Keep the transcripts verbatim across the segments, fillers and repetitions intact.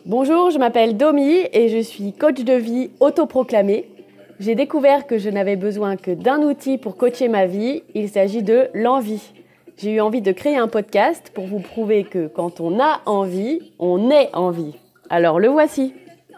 Bonjour, je m'appelle Domi et je suis coach de vie autoproclamé. J'ai découvert que je n'avais besoin que d'un outil pour coacher ma vie, il s'agit de l'envie. J'ai eu envie de créer un podcast pour vous prouver que quand on a envie, on est envie. Alors le voici.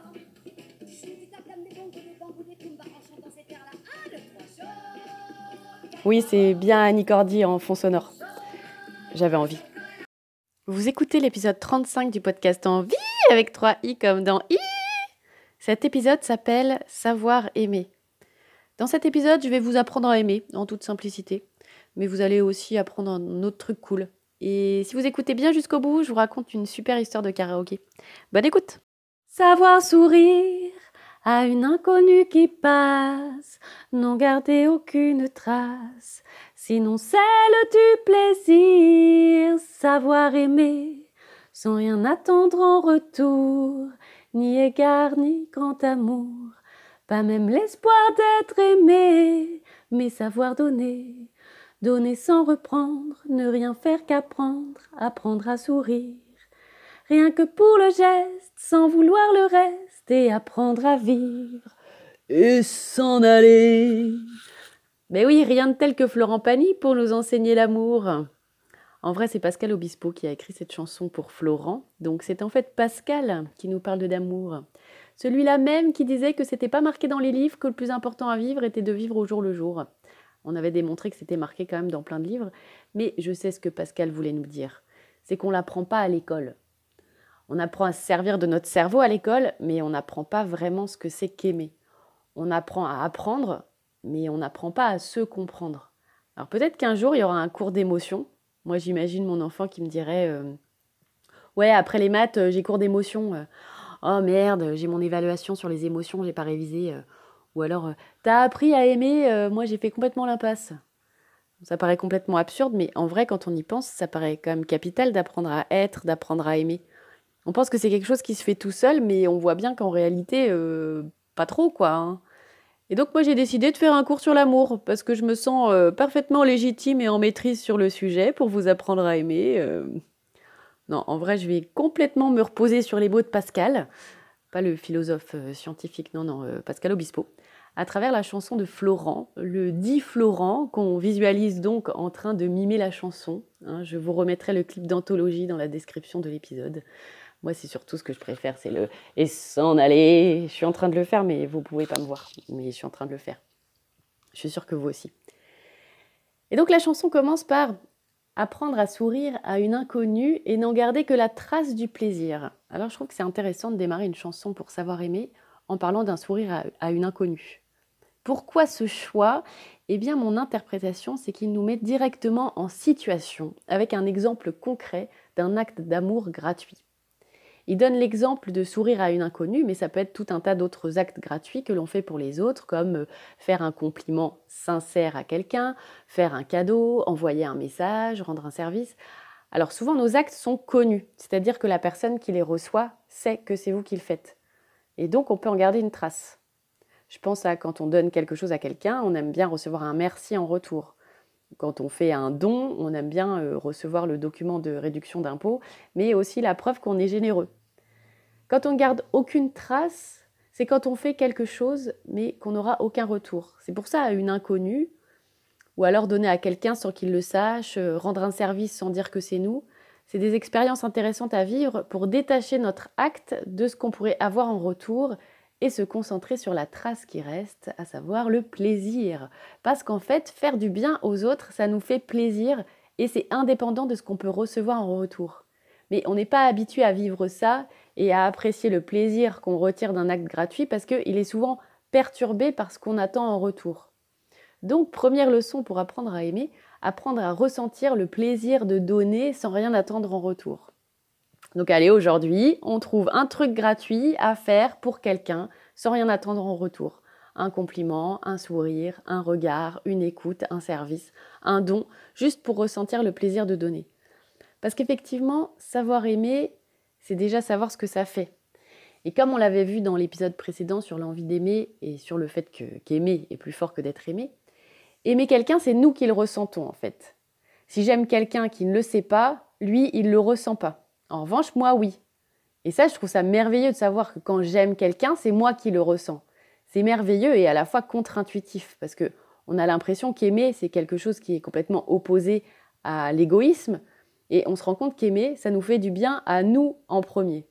Oui, c'est bien Annie Cordy en fond sonore. J'avais envie. Vous écoutez l'épisode trente-cinq du podcast Envie avec trois i comme dans i. Cet épisode s'appelle Savoir aimer. Dans cet épisode, je vais vous apprendre à aimer en toute simplicité, mais vous allez aussi apprendre un autre truc cool. Et si vous écoutez bien jusqu'au bout, je vous raconte une super histoire de karaoké. Bonne écoute. Savoir sourire à une inconnue qui passe, n'en garder aucune trace, sinon celle du plaisir. Savoir aimer sans rien attendre en retour, ni égard ni grand amour, pas même l'espoir d'être aimé, mais savoir donner, donner sans reprendre, ne rien faire qu'apprendre, apprendre à sourire, rien que pour le geste, sans vouloir le reste, et apprendre à vivre, et s'en aller. Mais oui, rien de tel que Florent Pagny pour nous enseigner l'amour. En vrai, c'est Pascal Obispo qui a écrit cette chanson pour Florent, donc c'est en fait Pascal qui nous parle d'amour. Celui-là même qui disait que c'était pas marqué dans les livres que le plus important à vivre était de vivre au jour le jour. On avait démontré que c'était marqué quand même dans plein de livres, mais je sais ce que Pascal voulait nous dire. C'est qu'on l'apprend pas à l'école. On apprend à se servir de notre cerveau à l'école, mais on n'apprend pas vraiment ce que c'est qu'aimer. On apprend à apprendre, mais on n'apprend pas à se comprendre. Alors peut-être qu'un jour, il y aura un cours d'émotion. Moi, j'imagine mon enfant qui me dirait euh, « Ouais, après les maths, euh, j'ai cours d'émotion. Euh, oh merde, j'ai mon évaluation sur les émotions, j'ai pas révisé. Euh, » Ou alors euh, « T'as appris à aimer, euh, moi j'ai fait complètement l'impasse. » Ça paraît complètement absurde, mais en vrai, quand on y pense, ça paraît quand même capital d'apprendre à être, d'apprendre à aimer. On pense que c'est quelque chose qui se fait tout seul, mais on voit bien qu'en réalité, euh, pas trop, quoi. Hein. Et donc, moi, j'ai décidé de faire un cours sur l'amour, parce que je me sens euh, parfaitement légitime et en maîtrise sur le sujet pour vous apprendre à aimer. Euh... Non, en vrai, je vais complètement me reposer sur les mots de Pascal, pas le philosophe euh, scientifique, non, non, euh, Pascal Obispo, à travers la chanson de Florent, le dit Florent, qu'on visualise donc en train de mimer la chanson. Hein, je vous remettrai le clip d'anthologie dans la description de l'épisode. Moi, c'est surtout ce que je préfère, c'est le « et s'en aller ». Je suis en train de le faire, mais vous ne pouvez pas me voir. Mais je suis en train de le faire. Je suis sûre que vous aussi. Et donc, la chanson commence par « apprendre à sourire à une inconnue et n'en garder que la trace du plaisir ». Alors, je trouve que c'est intéressant de démarrer une chanson pour savoir aimer en parlant d'un sourire à, à une inconnue. Pourquoi ce choix ? Eh bien, mon interprétation, c'est qu'il nous met directement en situation avec un exemple concret d'un acte d'amour gratuit. Il donne l'exemple de sourire à une inconnue, mais ça peut être tout un tas d'autres actes gratuits que l'on fait pour les autres, comme faire un compliment sincère à quelqu'un, faire un cadeau, envoyer un message, rendre un service. Alors souvent, nos actes sont connus, c'est-à-dire que la personne qui les reçoit sait que c'est vous qui le faites. Et donc, on peut en garder une trace. Je pense à quand on donne quelque chose à quelqu'un, on aime bien recevoir un merci en retour. Quand on fait un don, on aime bien recevoir le document de réduction d'impôt, mais aussi la preuve qu'on est généreux. Quand on ne garde aucune trace, c'est quand on fait quelque chose, mais qu'on n'aura aucun retour. C'est pour ça, à une inconnue, ou alors donner à quelqu'un sans qu'il le sache, rendre un service sans dire que c'est nous, c'est des expériences intéressantes à vivre pour détacher notre acte de ce qu'on pourrait avoir en retour et se concentrer sur la trace qui reste, à savoir le plaisir. Parce qu'en fait, faire du bien aux autres, ça nous fait plaisir et c'est indépendant de ce qu'on peut recevoir en retour. Mais on n'est pas habitué à vivre ça et à apprécier le plaisir qu'on retire d'un acte gratuit parce qu'il est souvent perturbé par ce qu'on attend en retour. Donc, première leçon pour apprendre à aimer, apprendre à ressentir le plaisir de donner sans rien attendre en retour. Donc allez, aujourd'hui, on trouve un truc gratuit à faire pour quelqu'un sans rien attendre en retour. Un compliment, un sourire, un regard, une écoute, un service, un don, juste pour ressentir le plaisir de donner. Parce qu'effectivement, savoir aimer, c'est déjà savoir ce que ça fait. Et comme on l'avait vu dans l'épisode précédent sur l'envie d'aimer et sur le fait que, qu'aimer est plus fort que d'être aimé, aimer quelqu'un, c'est nous qui le ressentons en fait. Si j'aime quelqu'un qui ne le sait pas, lui, il ne le ressent pas. En revanche, moi, oui. Et ça, je trouve ça merveilleux de savoir que quand j'aime quelqu'un, c'est moi qui le ressens. C'est merveilleux et à la fois contre-intuitif parce qu'on a l'impression qu'aimer, c'est quelque chose qui est complètement opposé à l'égoïsme. Et on se rend compte qu'aimer, ça nous fait du bien à nous en premier.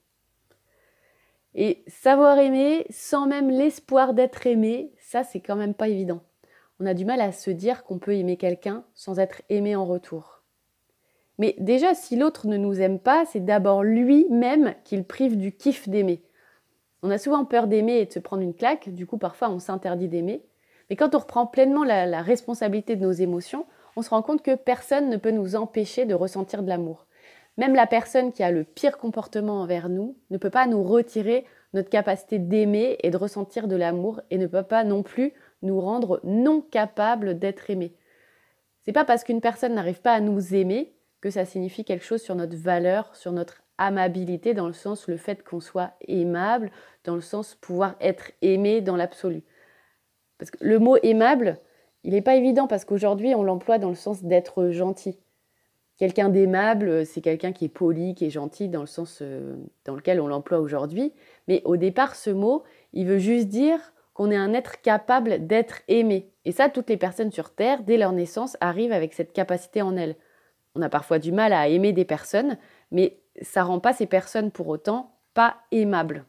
Et savoir aimer sans même l'espoir d'être aimé, ça, c'est quand même pas évident. On a du mal à se dire qu'on peut aimer quelqu'un sans être aimé en retour. Mais déjà, si l'autre ne nous aime pas, c'est d'abord lui-même qui le prive du kiff d'aimer. On a souvent peur d'aimer et de se prendre une claque, du coup parfois on s'interdit d'aimer. Mais quand on reprend pleinement la, la responsabilité de nos émotions, on se rend compte que personne ne peut nous empêcher de ressentir de l'amour. Même la personne qui a le pire comportement envers nous ne peut pas nous retirer notre capacité d'aimer et de ressentir de l'amour et ne peut pas non plus nous rendre non capables d'être aimés. C'est pas parce qu'une personne n'arrive pas à nous aimer que ça signifie quelque chose sur notre valeur, sur notre amabilité, dans le sens le fait qu'on soit aimable, dans le sens pouvoir être aimé dans l'absolu. Parce que le mot aimable, il n'est pas évident parce qu'aujourd'hui on l'emploie dans le sens d'être gentil. Quelqu'un d'aimable, c'est quelqu'un qui est poli, qui est gentil dans le sens euh, dans lequel on l'emploie aujourd'hui. Mais au départ, ce mot, il veut juste dire qu'on est un être capable d'être aimé. Et ça, toutes les personnes sur Terre, dès leur naissance, arrivent avec cette capacité en elles. On a parfois du mal à aimer des personnes, mais ça ne rend pas ces personnes pour autant pas aimables.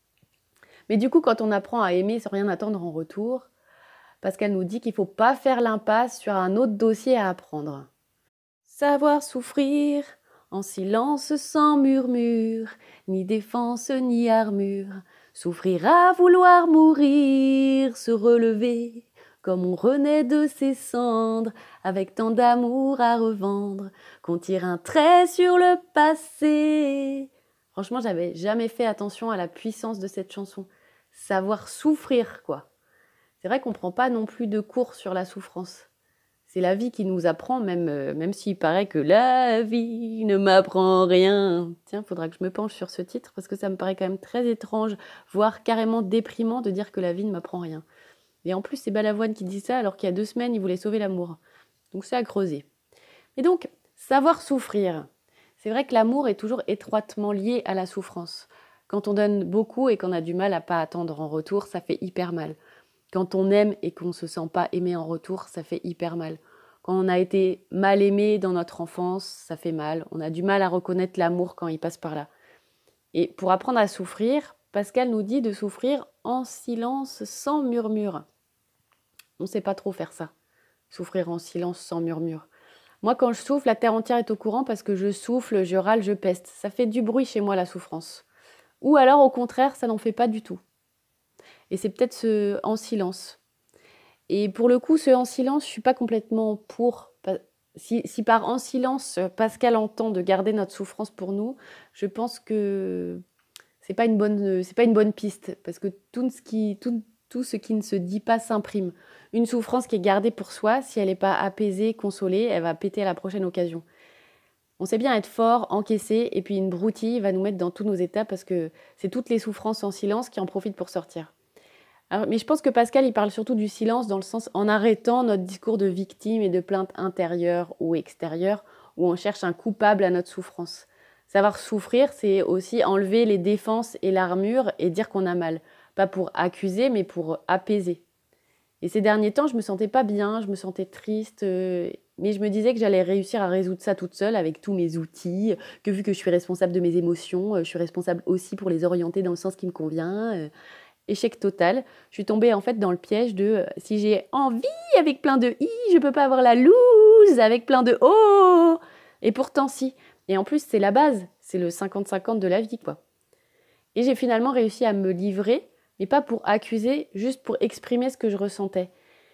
Mais du coup, quand on apprend à aimer sans rien attendre en retour, Pascal nous dit qu'il ne faut pas faire l'impasse sur un autre dossier à apprendre. Savoir souffrir en silence sans murmure, ni défense ni armure. Souffrir à vouloir mourir, se relever comme on renaît de ses cendres, avec tant d'amour à revendre, qu'on tire un trait sur le passé. Franchement, j'avais jamais fait attention à la puissance de cette chanson. Savoir souffrir, quoi. C'est vrai qu'on ne prend pas non plus de cours sur la souffrance. C'est la vie qui nous apprend, même, euh, même s'il paraît que la vie ne m'apprend rien. Tiens, il faudra que je me penche sur ce titre parce que ça me paraît quand même très étrange, voire carrément déprimant de dire que la vie ne m'apprend rien. Et en plus, c'est Balavoine qui dit ça alors qu'il y a deux semaines, il voulait sauver l'amour. Donc c'est à creuser. Et donc, savoir souffrir. C'est vrai que l'amour est toujours étroitement lié à la souffrance. Quand on donne beaucoup et qu'on a du mal à pas attendre en retour, ça fait hyper mal. Quand on aime et qu'on ne se sent pas aimé en retour, ça fait hyper mal. Quand on a été mal aimé dans notre enfance, ça fait mal. On a du mal à reconnaître l'amour quand il passe par là. Et pour apprendre à souffrir, Pascal nous dit de souffrir en silence, sans murmure. On ne sait pas trop faire ça, souffrir en silence, sans murmure. Moi, quand je souffle, la terre entière est au courant parce que je souffle, je râle, je peste. Ça fait du bruit chez moi, la souffrance. Ou alors, au contraire, ça n'en fait pas du tout. Et c'est peut-être ce en silence. Et pour le coup, ce en silence, je ne suis pas complètement pour. Si, si par en silence, Pascal entend de garder notre souffrance pour nous, je pense que ce n'est pas une bonne, c'est pas une bonne piste. Parce que tout ce, qui, tout, tout ce qui ne se dit pas s'imprime. Une souffrance qui est gardée pour soi, si elle n'est pas apaisée, consolée, elle va péter à la prochaine occasion. On sait bien être fort, encaisser, et puis une broutille va nous mettre dans tous nos états parce que c'est toutes les souffrances en silence qui en profitent pour sortir. Alors, mais je pense que Pascal, il parle surtout du silence dans le sens en arrêtant notre discours de victime et de plainte intérieure ou extérieure où on cherche un coupable à notre souffrance. Savoir souffrir, c'est aussi enlever les défenses et l'armure et dire qu'on a mal. Pas pour accuser, mais pour apaiser. Et ces derniers temps, je me sentais pas bien, je me sentais triste, euh, mais je me disais que j'allais réussir à résoudre ça toute seule avec tous mes outils, que vu que je suis responsable de mes émotions, euh, je suis responsable aussi pour les orienter dans le sens qui me convient. Euh, Échec total. Je suis tombée en fait dans le piège de euh, si j'ai envie avec plein de i, je peux pas avoir la loose avec plein de o. Et pourtant si. Et en plus c'est la base, c'est le cinquante cinquante de la vie quoi. Et j'ai finalement réussi à me livrer, mais pas pour accuser, juste pour exprimer ce que je ressentais.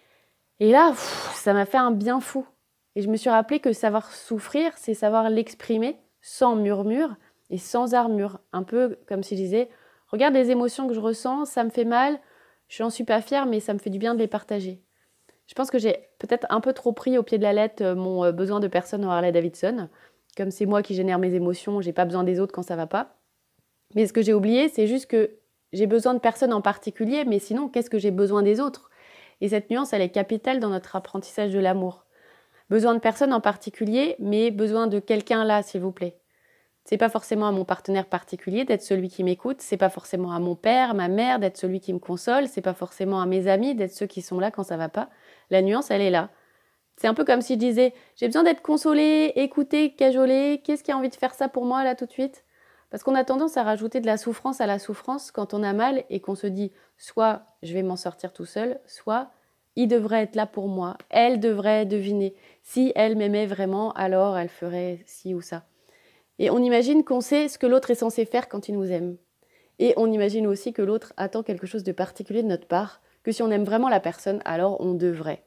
Et là, pff, ça m'a fait un bien fou. Et je me suis rappelé que savoir souffrir, c'est savoir l'exprimer sans murmure et sans armure. Un peu comme si je disais regarde les émotions que je ressens, ça me fait mal, je n'en suis pas fière, mais ça me fait du bien de les partager. Je pense que j'ai peut-être un peu trop pris au pied de la lettre mon besoin de personne en Harley Davidson. Comme c'est moi qui génère mes émotions, j'ai pas besoin des autres quand ça va pas. Mais ce que j'ai oublié, c'est juste que j'ai besoin de personne en particulier, mais sinon, qu'est-ce que j'ai besoin des autres ? Et cette nuance, elle est capitale dans notre apprentissage de l'amour. Besoin de personne en particulier, mais besoin de quelqu'un là, s'il vous plaît. C'est pas forcément à mon partenaire particulier d'être celui qui m'écoute, c'est pas forcément à mon père, ma mère d'être celui qui me console, c'est pas forcément à mes amis d'être ceux qui sont là quand ça va pas. La nuance, elle est là. C'est un peu comme si je disais « j'ai besoin d'être consolée, écoutée, cajolée, qu'est-ce qui a envie de faire ça pour moi là tout de suite ?» Parce qu'on a tendance à rajouter de la souffrance à la souffrance quand on a mal et qu'on se dit soit je vais m'en sortir tout seul, soit il devrait être là pour moi, elle devrait deviner. Si elle m'aimait vraiment, alors elle ferait ci ou ça. Et on imagine qu'on sait ce que l'autre est censé faire quand il nous aime. Et on imagine aussi que l'autre attend quelque chose de particulier de notre part, que si on aime vraiment la personne, alors on devrait.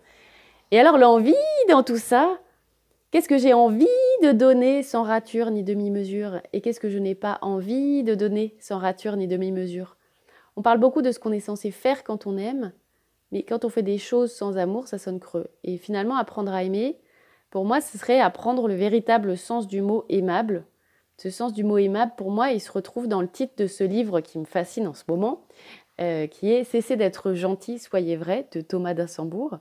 Et alors l'envie dans tout ça, qu'est-ce que j'ai envie de donner sans rature ni demi-mesure? Et qu'est-ce que je n'ai pas envie de donner sans rature ni demi-mesure? On parle beaucoup de ce qu'on est censé faire quand on aime, mais quand on fait des choses sans amour, ça sonne creux. Et finalement, apprendre à aimer, pour moi, ce serait apprendre le véritable sens du mot aimable. Ce sens du mot aimable, pour moi, il se retrouve dans le titre de ce livre qui me fascine en ce moment, euh, qui est « Cessez d'être gentil, soyez vrai » de Thomas d'Assembourg.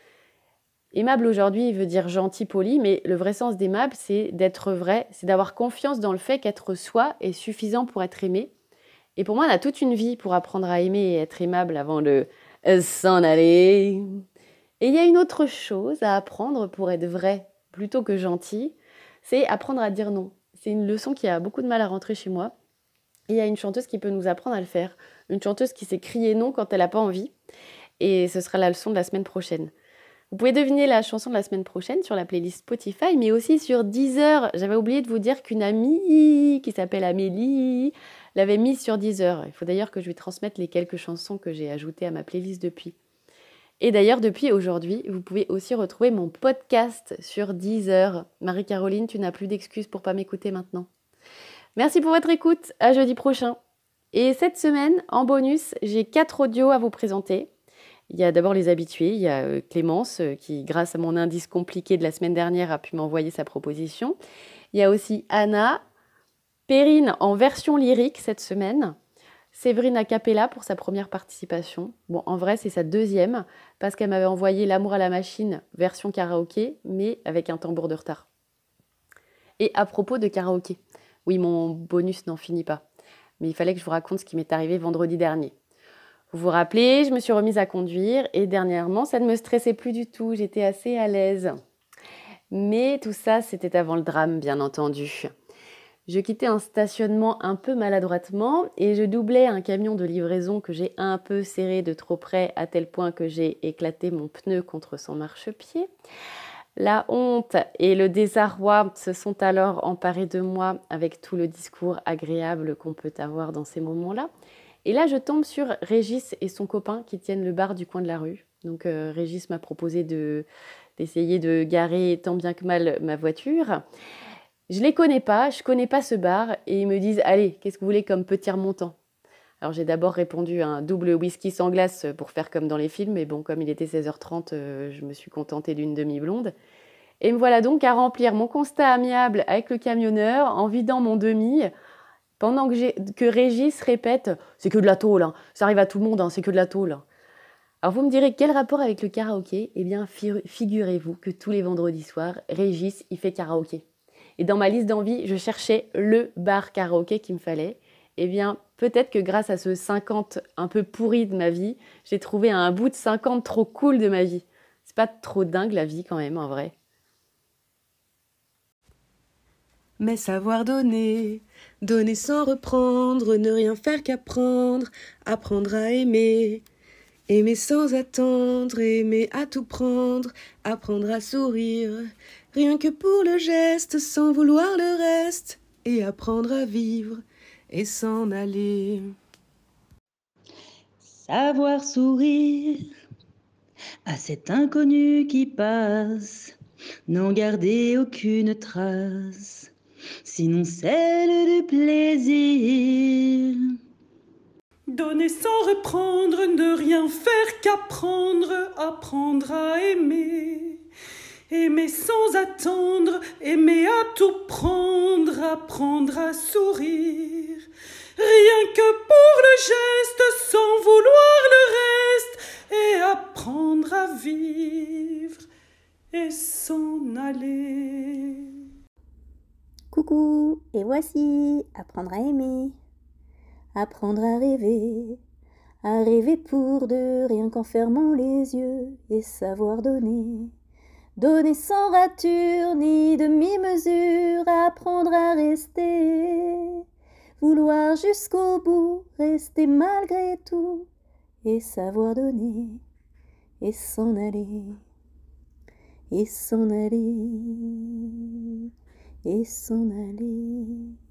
Aimable aujourd'hui, il veut dire gentil, poli, mais le vrai sens d'aimable, c'est d'être vrai, c'est d'avoir confiance dans le fait qu'être soi est suffisant pour être aimé. Et pour moi, on a toute une vie pour apprendre à aimer et être aimable avant de s'en aller. Et il y a une autre chose à apprendre pour être vrai plutôt que gentil, c'est apprendre à dire non. C'est une leçon qui a beaucoup de mal à rentrer chez moi. Et il y a une chanteuse qui peut nous apprendre à le faire. Une chanteuse qui s'est criée non quand elle n'a pas envie. Et ce sera la leçon de la semaine prochaine. Vous pouvez deviner la chanson de la semaine prochaine sur la playlist Spotify, mais aussi sur Deezer. J'avais oublié de vous dire qu'une amie qui s'appelle Amélie l'avait mise sur Deezer. Il faut d'ailleurs que je lui transmette les quelques chansons que j'ai ajoutées à ma playlist depuis. Et d'ailleurs, depuis aujourd'hui, vous pouvez aussi retrouver mon podcast sur Deezer. Marie-Caroline, tu n'as plus d'excuses pour pas m'écouter maintenant. Merci pour votre écoute. À jeudi prochain. Et cette semaine, en bonus, j'ai quatre audios à vous présenter. Il y a d'abord les habitués. Il y a Clémence qui, grâce à mon indice compliqué de la semaine dernière, a pu m'envoyer sa proposition. Il y a aussi Anna, Perrine en version lyrique cette semaine. Séverine a cappella pour sa première participation. Bon, en vrai, c'est sa deuxième, parce qu'elle m'avait envoyé L'amour à la machine, version karaoké, mais avec un tambour de retard. Et à propos de karaoké, oui, mon bonus n'en finit pas, mais il fallait que je vous raconte ce qui m'est arrivé vendredi dernier. Vous vous rappelez, je me suis remise à conduire, et dernièrement, ça ne me stressait plus du tout, j'étais assez à l'aise. Mais tout ça, c'était avant le drame, bien entendu. Je quittais un stationnement un peu maladroitement et je doublais un camion de livraison que j'ai un peu serré de trop près à tel point que j'ai éclaté mon pneu contre son marchepied. La honte et le désarroi se sont alors emparés de moi avec tout le discours agréable qu'on peut avoir dans ces moments-là. Et là, je tombe sur Régis et son copain qui tiennent le bar du coin de la rue. Donc euh, Régis m'a proposé de, d'essayer de garer tant bien que mal ma voiture. Je les connais pas, je connais pas ce bar et ils me disent « Allez, qu'est-ce que vous voulez comme petit remontant ?» Alors j'ai d'abord répondu à un double whisky sans glace pour faire comme dans les films, mais bon, comme il était seize heures trente, euh, je me suis contentée d'une demi-blonde. Et me voilà donc à remplir mon constat amiable avec le camionneur en vidant mon demi, pendant que, j'ai, que Régis répète « C'est que de la tôle, hein. Ça arrive à tout le monde, hein. C'est que de la tôle. » Alors vous me direz quel rapport avec le karaoké? Eh bien, figurez-vous que tous les vendredis soirs, Régis, il fait karaoké. Et dans ma liste d'envie, je cherchais le bar karaoké qu'il me fallait. Eh bien, peut-être que grâce à ce cinquante un peu pourri de ma vie, j'ai trouvé un bout de cinquante trop cool de ma vie. C'est pas trop dingue la vie quand même, en vrai. Mais savoir donner, donner sans reprendre, ne rien faire qu'apprendre, apprendre à aimer. Aimer sans attendre, aimer à tout prendre, apprendre à sourire. Rien que pour le geste, sans vouloir le reste, et apprendre à vivre et s'en aller. Savoir sourire à cet inconnu qui passe, n'en garder aucune trace, sinon celle du plaisir. Donner sans reprendre, ne rien faire qu'apprendre, apprendre à aimer. Aimer sans attendre, aimer à tout prendre, apprendre à sourire. Rien que pour le geste, sans vouloir le reste, et apprendre à vivre et s'en aller. Coucou, et voici apprendre à aimer, apprendre à rêver, à rêver pour deux, rien qu'en fermant les yeux et savoir donner. Donner sans rature ni demi-mesure, apprendre à rester, vouloir jusqu'au bout, rester malgré tout, et savoir donner, et s'en aller, et s'en aller, et s'en aller.